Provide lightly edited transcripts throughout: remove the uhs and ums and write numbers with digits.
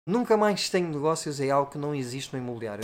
Nunca mais tenho negócios é algo que não existe no imobiliário.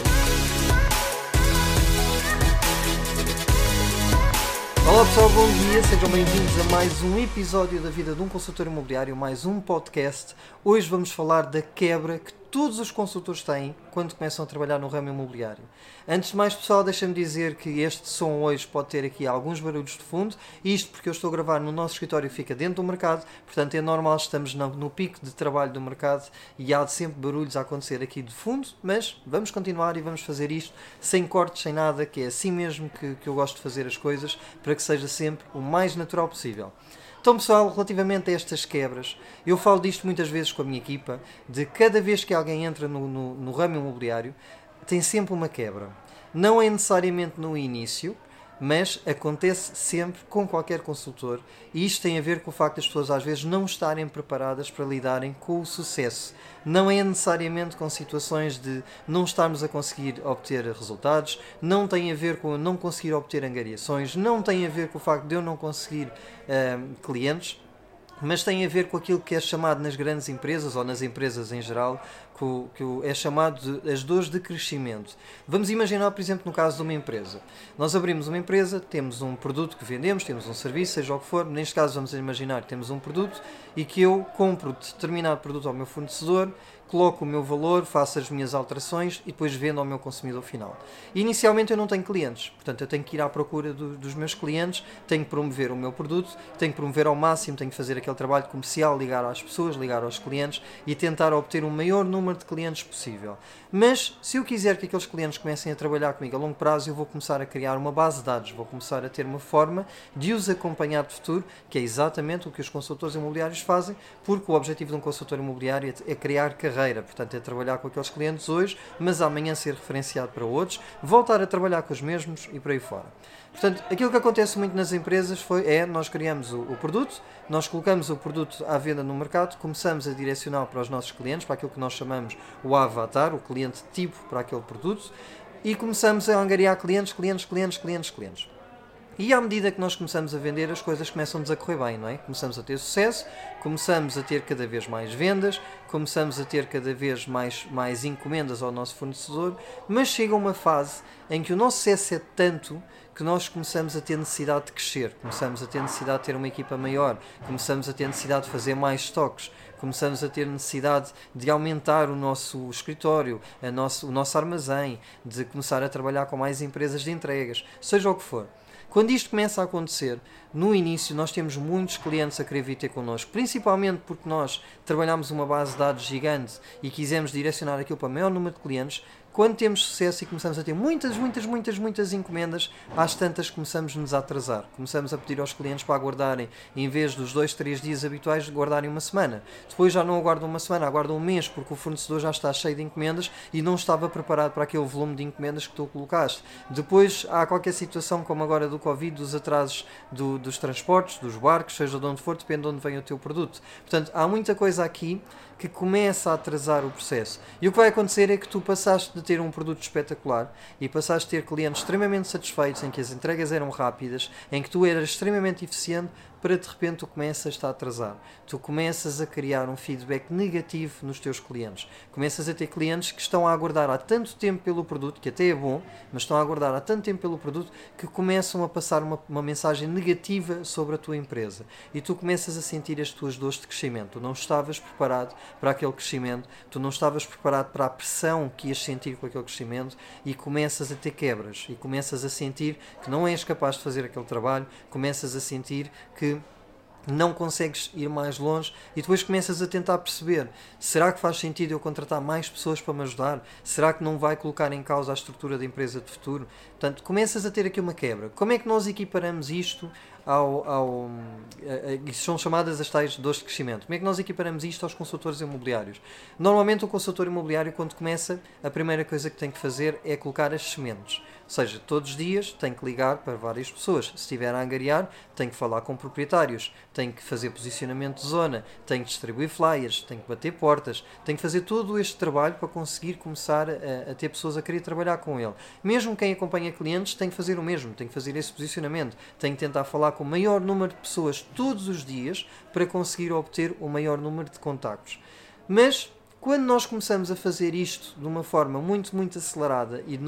Olá pessoal, bom dia, sejam bem-vindos a mais um episódio da vida de um consultor imobiliário, mais um podcast. Hoje vamos falar da quebra que todos os consultores têm quando começam a trabalhar no ramo imobiliário. Antes de mais pessoal, deixa-me dizer que este som hoje pode ter aqui alguns barulhos de fundo, isto porque eu estou a gravar no nosso escritório, fica dentro do mercado, portanto é normal, estamos no pico de trabalho do mercado e há sempre barulhos a acontecer aqui de fundo, mas vamos continuar e vamos fazer isto sem cortes, sem nada, que é assim mesmo que eu gosto de fazer as coisas, para que seja sempre o mais natural possível. Então pessoal, relativamente a estas quebras, eu falo disto muitas vezes com a minha equipa, de cada vez que alguém entra no ramo imobiliário, tem sempre uma quebra. Não é necessariamente no início, mas acontece sempre com qualquer consultor, e isto tem a ver com o facto das pessoas às vezes não estarem preparadas para lidarem com o sucesso. Não é necessariamente com situações de não estarmos a conseguir obter resultados, não tem a ver com eu não conseguir obter angariações, não tem a ver com o facto de eu não conseguir clientes, mas tem a ver com aquilo que é chamado nas grandes empresas, ou nas empresas em geral, que é chamado de as dores de crescimento. Vamos imaginar, por exemplo, no caso de uma empresa. Nós abrimos uma empresa, temos um produto que vendemos, temos um serviço, seja o que for. Neste caso vamos imaginar que temos um produto e que eu compro determinado produto ao meu fornecedor, coloco o meu valor, faço as minhas alterações e depois vendo ao meu consumidor final. Inicialmente eu não tenho clientes, portanto eu tenho que ir à procura dos meus clientes, tenho que promover o meu produto, tenho que promover ao máximo, tenho que fazer aquele trabalho comercial, ligar às pessoas, ligar aos clientes e tentar obter o maior número de clientes possível. Mas se eu quiser que aqueles clientes comecem a trabalhar comigo a longo prazo, eu vou começar a criar uma base de dados, vou começar a ter uma forma de os acompanhar de futuro, que é exatamente o que os consultores imobiliários fazem, porque o objetivo de um consultor imobiliário é criar carreira, portanto é trabalhar com aqueles clientes hoje, mas amanhã ser referenciado para outros, voltar a trabalhar com os mesmos e por aí fora. Portanto, aquilo que acontece muito nas empresas nós criamos o produto, nós colocamos o produto à venda no mercado, começamos a direcionar para os nossos clientes, para aquilo que nós chamamos o avatar, o cliente tipo para aquele produto, e começamos a angariar clientes. E à medida que nós começamos a vender, as coisas começam-nos a correr bem, não é? Começamos a ter sucesso, começamos a ter cada vez mais vendas, começamos a ter cada vez mais encomendas ao nosso fornecedor, mas chega uma fase em que o nosso sucesso é tanto que nós começamos a ter necessidade de crescer, começamos a ter necessidade de ter uma equipa maior, começamos a ter necessidade de fazer mais estoques, começamos a ter necessidade de aumentar o nosso escritório, o nosso armazém, de começar a trabalhar com mais empresas de entregas, seja o que for. Quando isto começa a acontecer, no início nós temos muitos clientes a querer vir ter connosco, principalmente porque nós trabalhamos uma base de dados gigante e quisemos direcionar aquilo para o maior número de clientes. Quando temos sucesso e começamos a ter muitas encomendas, às tantas começamos-nos a atrasar. Começamos a pedir aos clientes para aguardarem, em vez dos 2-3 dias habituais, guardarem uma semana. Depois já não aguardam uma semana, aguardam um mês, porque o fornecedor já está cheio de encomendas e não estava preparado para aquele volume de encomendas que tu colocaste. Depois há qualquer situação, como agora do Covid, dos atrasos dos transportes, dos barcos, seja de onde for, depende de onde vem o teu produto. Portanto, há muita coisa aqui que começa a atrasar o processo. E o que vai acontecer é que tu passaste de ter um produto espetacular e passaste a ter clientes extremamente satisfeitos, em que as entregas eram rápidas, em que tu eras extremamente eficiente, para de repente tu começas a atrasar. Tu começas a criar um feedback negativo nos teus clientes. Começas a ter clientes que estão a aguardar há tanto tempo pelo produto, que até é bom, mas estão a aguardar há tanto tempo pelo produto que começam a passar uma mensagem negativa sobre a tua empresa. E tu começas a sentir as tuas dores de crescimento. Tu não estavas preparado para aquele crescimento, tu não estavas preparado para a pressão que ias sentir com aquele crescimento e começas a ter quebras e começas a sentir que não és capaz de fazer aquele trabalho, começas a sentir que não consegues ir mais longe e depois começas a tentar perceber, será que faz sentido eu contratar mais pessoas para me ajudar? Será que não vai colocar em causa a estrutura da empresa de futuro? Portanto, começas a ter aqui uma quebra. Como é que nós equiparamos isto isso são chamadas as tais dores de crescimento. Como é que nós equiparamos isto aos consultores imobiliários? Normalmente o consultor imobiliário, quando começa, a primeira coisa que tem que fazer é colocar as sementes. Ou seja, todos os dias tem que ligar para várias pessoas. Se estiver a angariar, tem que falar com proprietários, tem que fazer posicionamento de zona, tem que distribuir flyers, tem que bater portas, tem que fazer todo este trabalho para conseguir começar a ter pessoas a querer trabalhar com ele. Mesmo quem acompanha clientes tem que fazer o mesmo, tem que fazer esse posicionamento, tem que tentar falar com o maior número de pessoas todos os dias para conseguir obter o maior número de contactos. Mas quando nós começamos a fazer isto de uma forma muito, muito acelerada e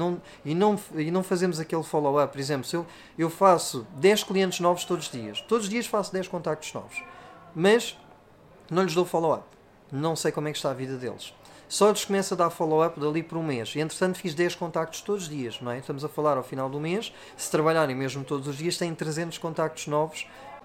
não fazemos aquele follow-up, por exemplo, se eu faço 10 clientes novos todos os dias faço 10 contactos novos, mas não lhes dou follow-up, não sei como é que está a vida deles. Só lhes começo a dar follow-up dali por um mês. E, entretanto, fiz 10 contactos todos os dias, não é? Estamos a falar ao final do mês. Se trabalharem mesmo todos os dias, têm 300 contactos novos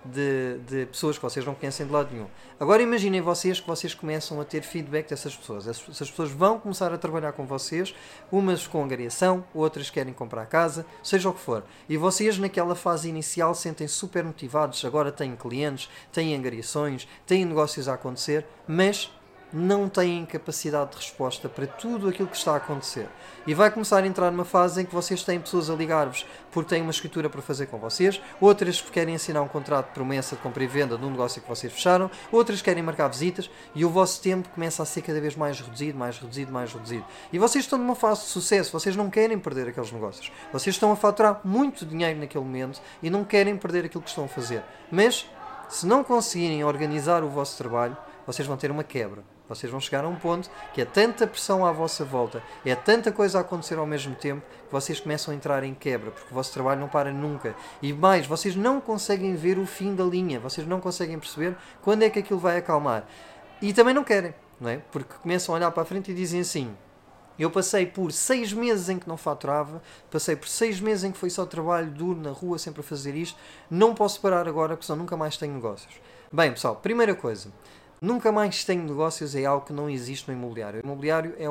de pessoas que vocês não conhecem de lado nenhum. Agora imaginem vocês que vocês começam a ter feedback dessas pessoas. Essas pessoas vão começar a trabalhar com vocês, umas com angariação, outras querem comprar casa, seja o que for. E vocês naquela fase inicial sentem super motivados, agora têm clientes, têm angariações, têm negócios a acontecer, mas não têm capacidade de resposta para tudo aquilo que está a acontecer. E vai começar a entrar numa fase em que vocês têm pessoas a ligar-vos porque têm uma escritura para fazer com vocês, outras porque querem assinar um contrato de promessa de compra e venda de um negócio que vocês fecharam, outras querem marcar visitas e o vosso tempo começa a ser cada vez mais reduzido, mais reduzido, mais reduzido. E vocês estão numa fase de sucesso, vocês não querem perder aqueles negócios. Vocês estão a faturar muito dinheiro naquele momento e não querem perder aquilo que estão a fazer. Mas, se não conseguirem organizar o vosso trabalho, vocês vão ter uma quebra. Vocês vão chegar a um ponto que é tanta pressão à vossa volta, é tanta coisa a acontecer ao mesmo tempo, que vocês começam a entrar em quebra, porque o vosso trabalho não para nunca. E mais, vocês não conseguem ver o fim da linha, vocês não conseguem perceber quando é que aquilo vai acalmar. E também não querem, não é? Porque começam a olhar para a frente e dizem assim: eu passei por 6 meses em que não faturava, passei por 6 meses em que foi só trabalho duro na rua, sempre a fazer isto, não posso parar agora porque senão nunca mais tenho negócios. Bem, pessoal, primeira coisa, nunca mais tenho negócios é algo que não existe no imobiliário. O imobiliário é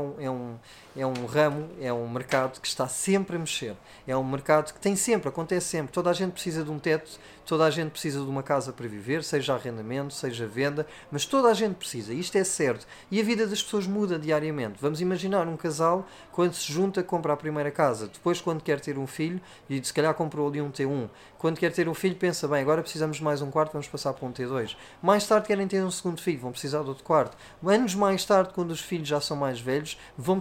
um ramo, é um mercado que está sempre a mexer. É um mercado que tem sempre, acontece sempre. Toda a gente precisa de um teto, toda a gente precisa de uma casa para viver, seja arrendamento, seja venda, mas toda a gente precisa, isto é certo. E a vida das pessoas muda diariamente. Vamos imaginar um casal, quando se junta, compra a primeira casa, depois quando quer ter um filho, e se calhar comprou ali um T1, quando quer ter um filho pensa, bem, agora precisamos de mais um quarto, vamos passar para um T2. Mais tarde querem ter um segundo filho, vão precisar de outro quarto. Anos mais tarde, quando os filhos já são mais velhos, vão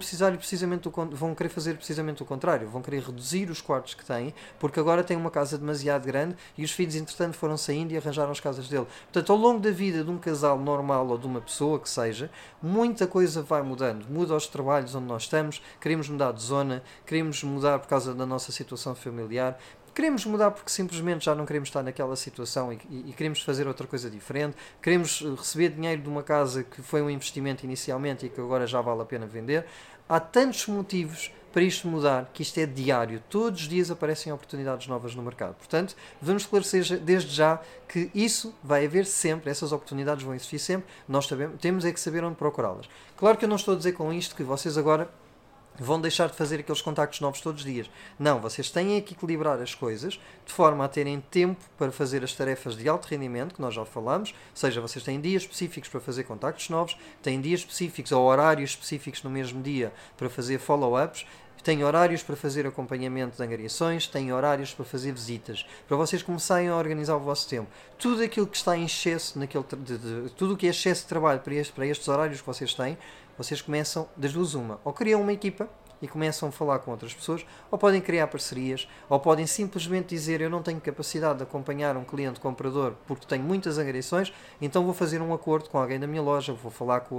querer fazer precisamente o contrário, vão querer reduzir os quartos que têm, porque agora têm uma casa demasiado grande e os filhos entretanto foram saindo e arranjaram as casas dele. Portanto, ao longo da vida de um casal normal ou de uma pessoa que seja, muita coisa vai mudando. Muda os trabalhos onde nós estamos, queremos mudar de zona, queremos mudar por causa da nossa situação familiar, queremos mudar porque simplesmente já não queremos estar naquela situação e queremos fazer outra coisa diferente, queremos receber dinheiro de uma casa que foi um investimento inicialmente e que agora já vale a pena vender. Há tantos motivos para isto mudar, que isto é diário. Todos os dias aparecem oportunidades novas no mercado. Portanto, vamos esclarecer desde já que isso vai haver sempre, essas oportunidades vão existir sempre, nós temos é que saber onde procurá-las. Claro que eu não estou a dizer com isto que vocês agora vão deixar de fazer aqueles contactos novos todos os dias. Não, vocês têm que equilibrar as coisas de forma a terem tempo para fazer as tarefas de alto rendimento, que nós já falamos, ou seja, vocês têm dias específicos para fazer contactos novos, têm dias específicos ou horários específicos no mesmo dia para fazer follow-ups, têm horários para fazer acompanhamento de angariações, têm horários para fazer visitas, para vocês começarem a organizar o vosso tempo. Tudo aquilo que está em excesso, tudo o que é excesso de trabalho para estes horários que vocês têm, vocês começam das duas uma. Ou criam uma equipa e começam a falar com outras pessoas, ou podem criar parcerias, ou podem simplesmente dizer: eu não tenho capacidade de acompanhar um cliente comprador porque tenho muitas angariações, então vou fazer um acordo com alguém da minha loja, vou falar com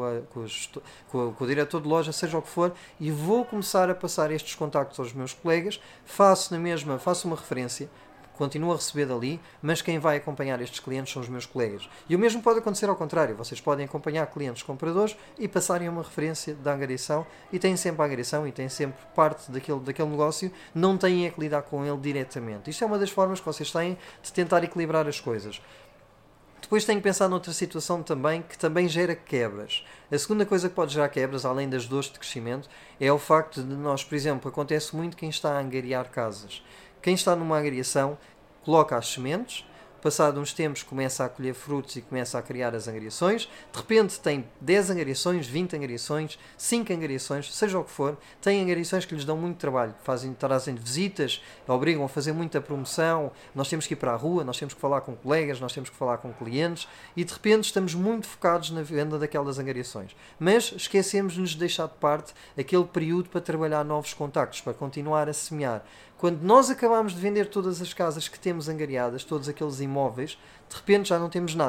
o diretor de loja, seja o que for, e vou começar a passar estes contactos aos meus colegas, faço uma referência, continuo a receber dali, mas quem vai acompanhar estes clientes são os meus colegas. E o mesmo pode acontecer ao contrário. Vocês podem acompanhar clientes compradores e passarem uma referência da angariação e têm sempre a angariação e têm sempre parte daquele negócio, não têm que lidar com ele diretamente. Isto é uma das formas que vocês têm de tentar equilibrar as coisas. Depois tenho que pensar noutra situação também, que também gera quebras. A segunda coisa que pode gerar quebras, além das dores de crescimento, é o facto de nós, por exemplo, acontece muito quem está a angariar casas. Quem está numa angariação coloca as sementes, passado uns tempos começa a colher frutos e começa a criar as angariações, de repente tem 10 angariações, 20 angariações, 5 angariações, seja o que for, tem angariações que lhes dão muito trabalho, trazem visitas, obrigam a fazer muita promoção, nós temos que ir para a rua, nós temos que falar com colegas, nós temos que falar com clientes e de repente estamos muito focados na venda daquelas angariações. Mas esquecemos-nos de deixar de parte aquele período para trabalhar novos contactos, para continuar a semear. Quando nós acabamos de vender todas as casas que temos angariadas, todos aqueles imóveis, de repente já não temos nada.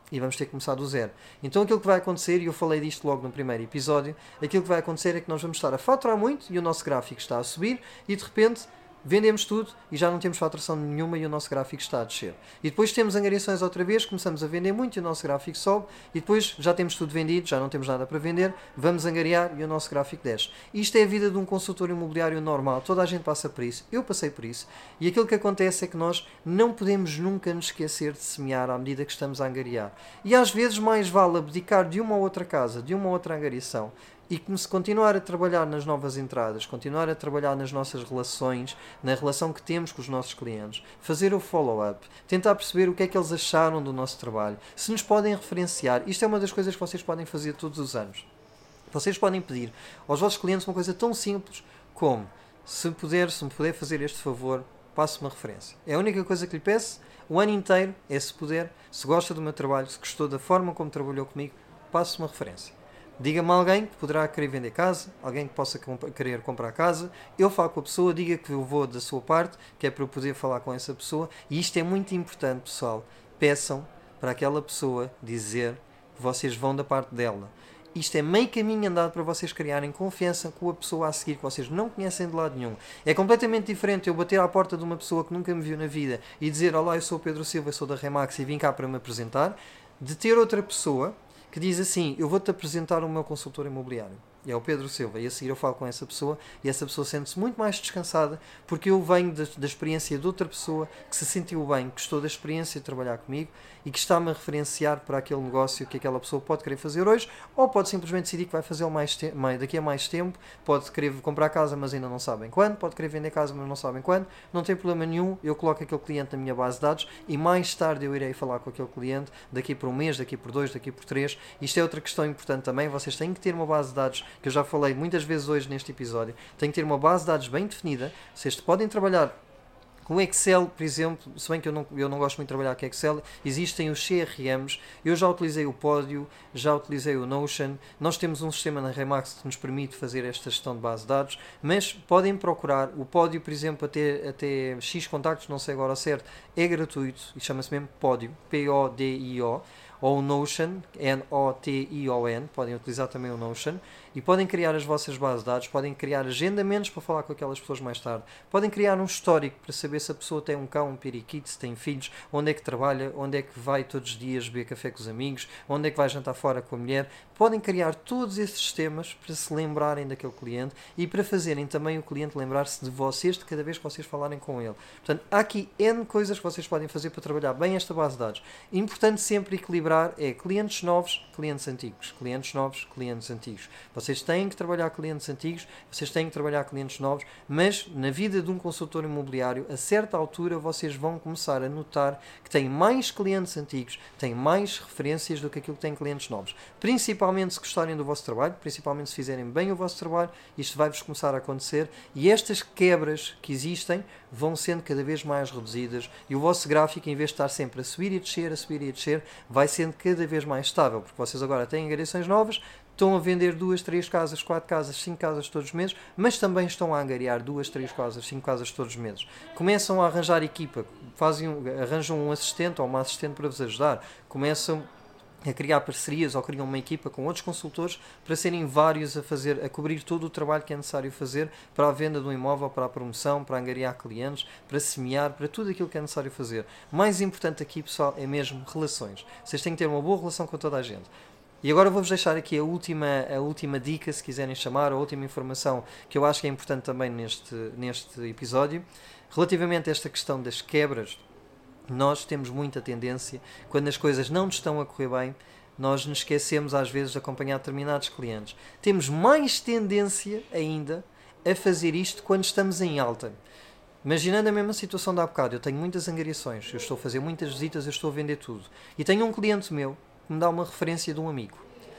E vamos ter que começar do zero. Então aquilo que vai acontecer, e eu falei disto logo no primeiro episódio, aquilo que vai acontecer é que nós vamos estar a faturar muito e o nosso gráfico está a subir e de repente vendemos tudo e já não temos faturação nenhuma e o nosso gráfico está a descer. E depois temos angariações outra vez, começamos a vender muito e o nosso gráfico sobe e depois já temos tudo vendido, já não temos nada para vender, vamos angariar e o nosso gráfico desce. Isto é a vida de um consultor imobiliário normal, toda a gente passa por isso, eu passei por isso e aquilo que acontece é que nós não podemos nunca nos esquecer de semear à medida que estamos a angariar. E às vezes mais vale abdicar de uma ou outra casa, de uma ou outra angariação, e se continuar a trabalhar nas novas entradas, continuar a trabalhar nas nossas relações, na relação que temos com os nossos clientes, fazer o follow-up, tentar perceber o que é que eles acharam do nosso trabalho, se nos podem referenciar. Isto é uma das coisas que vocês podem fazer todos os anos. Vocês podem pedir aos vossos clientes uma coisa tão simples como: se me puder fazer este favor, passe uma referência. É a única coisa que lhe peço o ano inteiro, é se puder, se gosta do meu trabalho, se gostou da forma como trabalhou comigo, passe uma referência. Diga-me alguém que poderá querer vender casa, alguém que possa querer comprar casa, eu falo com a pessoa, diga que eu vou da sua parte, que é para eu poder falar com essa pessoa, e isto é muito importante, pessoal. Peçam para aquela pessoa dizer que vocês vão da parte dela. Isto é meio caminho andado para vocês criarem confiança com a pessoa a seguir, que vocês não conhecem de lado nenhum. É completamente diferente eu bater à porta de uma pessoa que nunca me viu na vida e dizer: olá, eu sou o Pedro Silva, eu sou da Remax e vim cá para me apresentar, de ter outra pessoa que diz assim: eu vou-te apresentar o meu consultor imobiliário, e é o Pedro Silva, e a seguir eu falo com essa pessoa e essa pessoa sente-se muito mais descansada porque eu venho da experiência de outra pessoa que se sentiu bem, que gostou da experiência de trabalhar comigo e que está-me a referenciar para aquele negócio que aquela pessoa pode querer fazer hoje, ou pode simplesmente decidir que vai fazê-lo daqui a mais tempo, pode querer comprar casa mas ainda não sabem quando, pode querer vender casa mas não sabem quando, não tem problema nenhum, eu coloco aquele cliente na minha base de dados e mais tarde eu irei falar com aquele cliente daqui por um mês, daqui por 2, daqui por 3. Isto é outra questão importante também, vocês têm que ter uma base de dados, que eu já falei muitas vezes hoje neste episódio, têm que ter uma base de dados bem definida. Vocês podem trabalhar com Excel, por exemplo, se bem que eu não gosto muito de trabalhar com Excel, existem os CRMs, eu já utilizei o Podio, já utilizei o Notion, nós temos um sistema na Remax que nos permite fazer esta gestão de base de dados, mas podem procurar o Podio, por exemplo, até X contactos, não sei agora ao certo, é gratuito e chama-se mesmo Podio, P-O-D-I-O, ou o Notion, N-O-T-I-O-N, podem utilizar também o Notion, e podem criar as vossas bases de dados, podem criar agendamentos para falar com aquelas pessoas mais tarde, podem criar um histórico para saber se a pessoa tem um cão, um periquito, se tem filhos, onde é que trabalha, onde é que vai todos os dias beber café com os amigos, onde é que vai jantar fora com a mulher. Podem criar todos esses sistemas para se lembrarem daquele cliente e para fazerem também o cliente lembrar-se de vocês de cada vez que vocês falarem com ele. Portanto, há aqui N coisas que vocês podem fazer para trabalhar bem esta base de dados. Importante sempre equilibrar é clientes novos, clientes antigos, clientes novos, clientes antigos. Vocês têm que trabalhar clientes antigos, vocês têm que trabalhar clientes novos, mas na vida de um consultor imobiliário, a certa altura vocês vão começar a notar que têm mais clientes antigos, têm mais referências do que aquilo que têm clientes novos. Principalmente se gostarem do vosso trabalho, principalmente se fizerem bem o vosso trabalho, isto vai-vos começar a acontecer e estas quebras que existem vão sendo cada vez mais reduzidas e o vosso gráfico, em vez de estar sempre a subir e descer, a subir e descer, vai sendo cada vez mais estável, porque vocês agora têm angariações novas, estão a vender 2, 3 casas, 4 casas, 5 casas todos os meses, mas também estão a angariar 2, 3 casas, 5 casas todos os meses. Começam a arranjar equipa, arranjam um assistente ou uma assistente para vos ajudar, começam a criar parcerias ou criam uma equipa com outros consultores para serem vários a cobrir todo o trabalho que é necessário fazer para a venda do imóvel, para a promoção, para angariar clientes, para semear, para tudo aquilo que é necessário fazer. O mais importante aqui, pessoal, é mesmo relações. Vocês têm que ter uma boa relação com toda a gente. E agora vou-vos deixar aqui a última dica, se quiserem chamar, a última informação que eu acho que é importante também neste episódio. Relativamente a esta questão das quebras, nós temos muita tendência, quando as coisas não nos estão a correr bem, nós nos esquecemos às vezes de acompanhar determinados clientes. Temos mais tendência ainda a fazer isto quando estamos em alta. Imaginando a mesma situação de há bocado, eu tenho muitas angariações, eu estou a fazer muitas visitas, eu estou a vender tudo. E tenho um cliente meu que me dá uma referência de um amigo.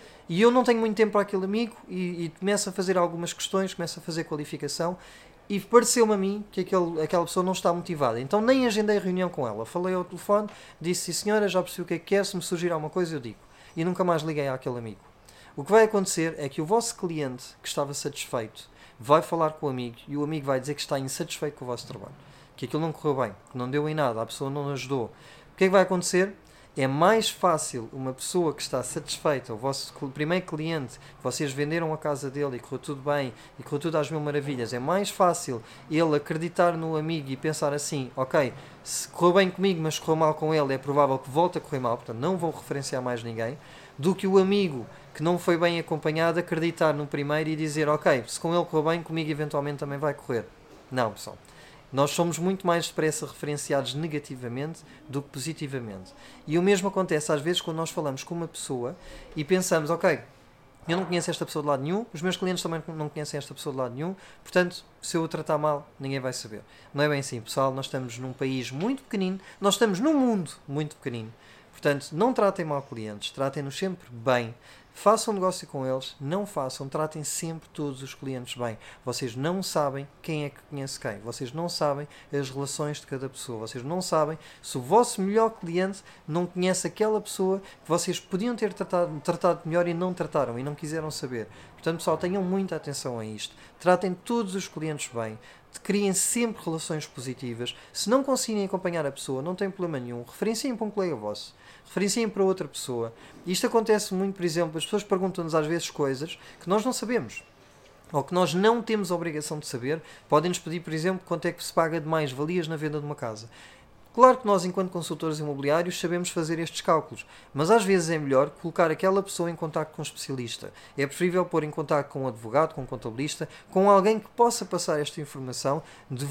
E eu não tenho muito tempo para aquele amigo e começo a fazer algumas questões, começo a fazer qualificação e pareceu-me a mim que aquela pessoa não está motivada. Então nem agendei reunião com ela. Falei ao telefone, disse: sim senhora, já percebi o que é que quer, se me surgir alguma coisa eu digo. E nunca mais liguei àquele amigo. O que vai acontecer é que o vosso cliente que estava satisfeito vai falar com o amigo e o amigo vai dizer que está insatisfeito com o vosso trabalho. Que aquilo não correu bem, que não deu em nada, a pessoa não ajudou. O que é que vai acontecer? É mais fácil uma pessoa que está satisfeita, o vosso primeiro cliente, vocês venderam a casa dele e correu tudo bem, e correu tudo às mil maravilhas, é mais fácil ele acreditar no amigo e pensar assim, ok, se correu bem comigo, mas correu mal com ele, é provável que volte a correr mal, portanto não vou referenciar mais ninguém, do que o amigo que não foi bem acompanhado acreditar no primeiro e dizer, ok, se com ele correu bem, comigo eventualmente também vai correr. Não, pessoal. Nós somos muito mais depressa referenciados negativamente do que positivamente. E o mesmo acontece às vezes quando nós falamos com uma pessoa e pensamos, ok, eu não conheço esta pessoa de lado nenhum, os meus clientes também não conhecem esta pessoa de lado nenhum, portanto, se eu o tratar mal, ninguém vai saber. Não é bem assim, pessoal, nós estamos num país muito pequenino, nós estamos num mundo muito pequenino. Portanto, não tratem mal clientes, tratem-nos sempre bem. Façam negócio com eles, não façam, tratem sempre todos os clientes bem. Vocês não sabem quem é que conhece quem, vocês não sabem as relações de cada pessoa, vocês não sabem se o vosso melhor cliente não conhece aquela pessoa que vocês podiam ter tratado melhor e não trataram e não quiseram saber. Portanto, pessoal, tenham muita atenção a isto. Tratem todos os clientes bem. Criem sempre relações positivas. Se não conseguirem acompanhar a pessoa, não tem problema nenhum. Referenciem para um colega vosso. Referenciem para outra pessoa. Isto acontece muito, por exemplo, as pessoas perguntam-nos às vezes coisas que nós não sabemos. Ou que nós não temos a obrigação de saber. Podem-nos pedir, por exemplo, quanto é que se paga de mais-valias na venda de uma casa. Claro que nós, enquanto consultores imobiliários, sabemos fazer estes cálculos, mas às vezes é melhor colocar aquela pessoa em contacto com um especialista. É preferível pôr em contacto com um advogado, com um contabilista, com alguém que possa passar esta informação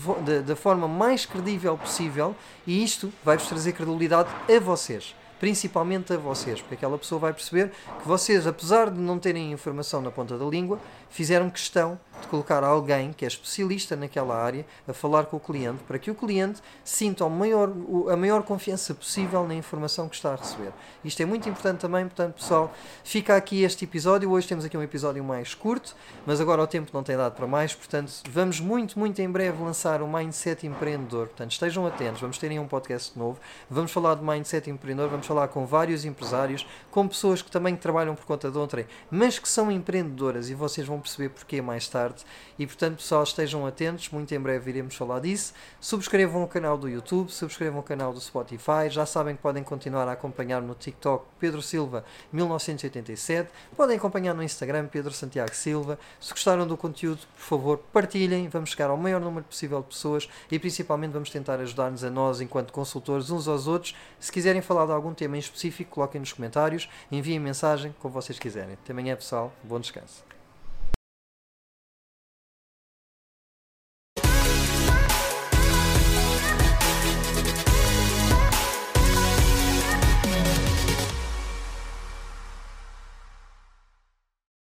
da forma mais credível possível, e isto vai-vos trazer credibilidade a vocês. Principalmente a vocês, porque aquela pessoa vai perceber que vocês, apesar de não terem informação na ponta da língua, fizeram questão de colocar alguém que é especialista naquela área a falar com o cliente, para que o cliente sinta a maior confiança possível na informação que está a receber. Isto é muito importante também, portanto, pessoal, fica aqui este episódio. Hoje temos aqui um episódio mais curto, mas agora o tempo não tem dado para mais, portanto, vamos muito em breve lançar o Mindset Empreendedor. Portanto, estejam atentos, vamos ter aí um podcast novo, vamos falar de Mindset Empreendedor, vamos falar com vários empresários, com pessoas que também trabalham por conta de outrem, mas que são empreendedoras, e vocês vão perceber porquê mais tarde. E portanto, pessoal, estejam atentos, muito em breve iremos falar disso. Subscrevam o canal do YouTube, subscrevam o canal do Spotify, já sabem que podem continuar a acompanhar no TikTok Pedro Silva 1987, podem acompanhar no Instagram Pedro Santiago Silva. Se gostaram do conteúdo, por favor, partilhem, vamos chegar ao maior número possível de pessoas e principalmente vamos tentar ajudar-nos a nós, enquanto consultores, uns aos outros. Se quiserem falar de algum tema em específico, coloquem nos comentários, enviem mensagem, como vocês quiserem. Até amanhã, pessoal, bom descanso.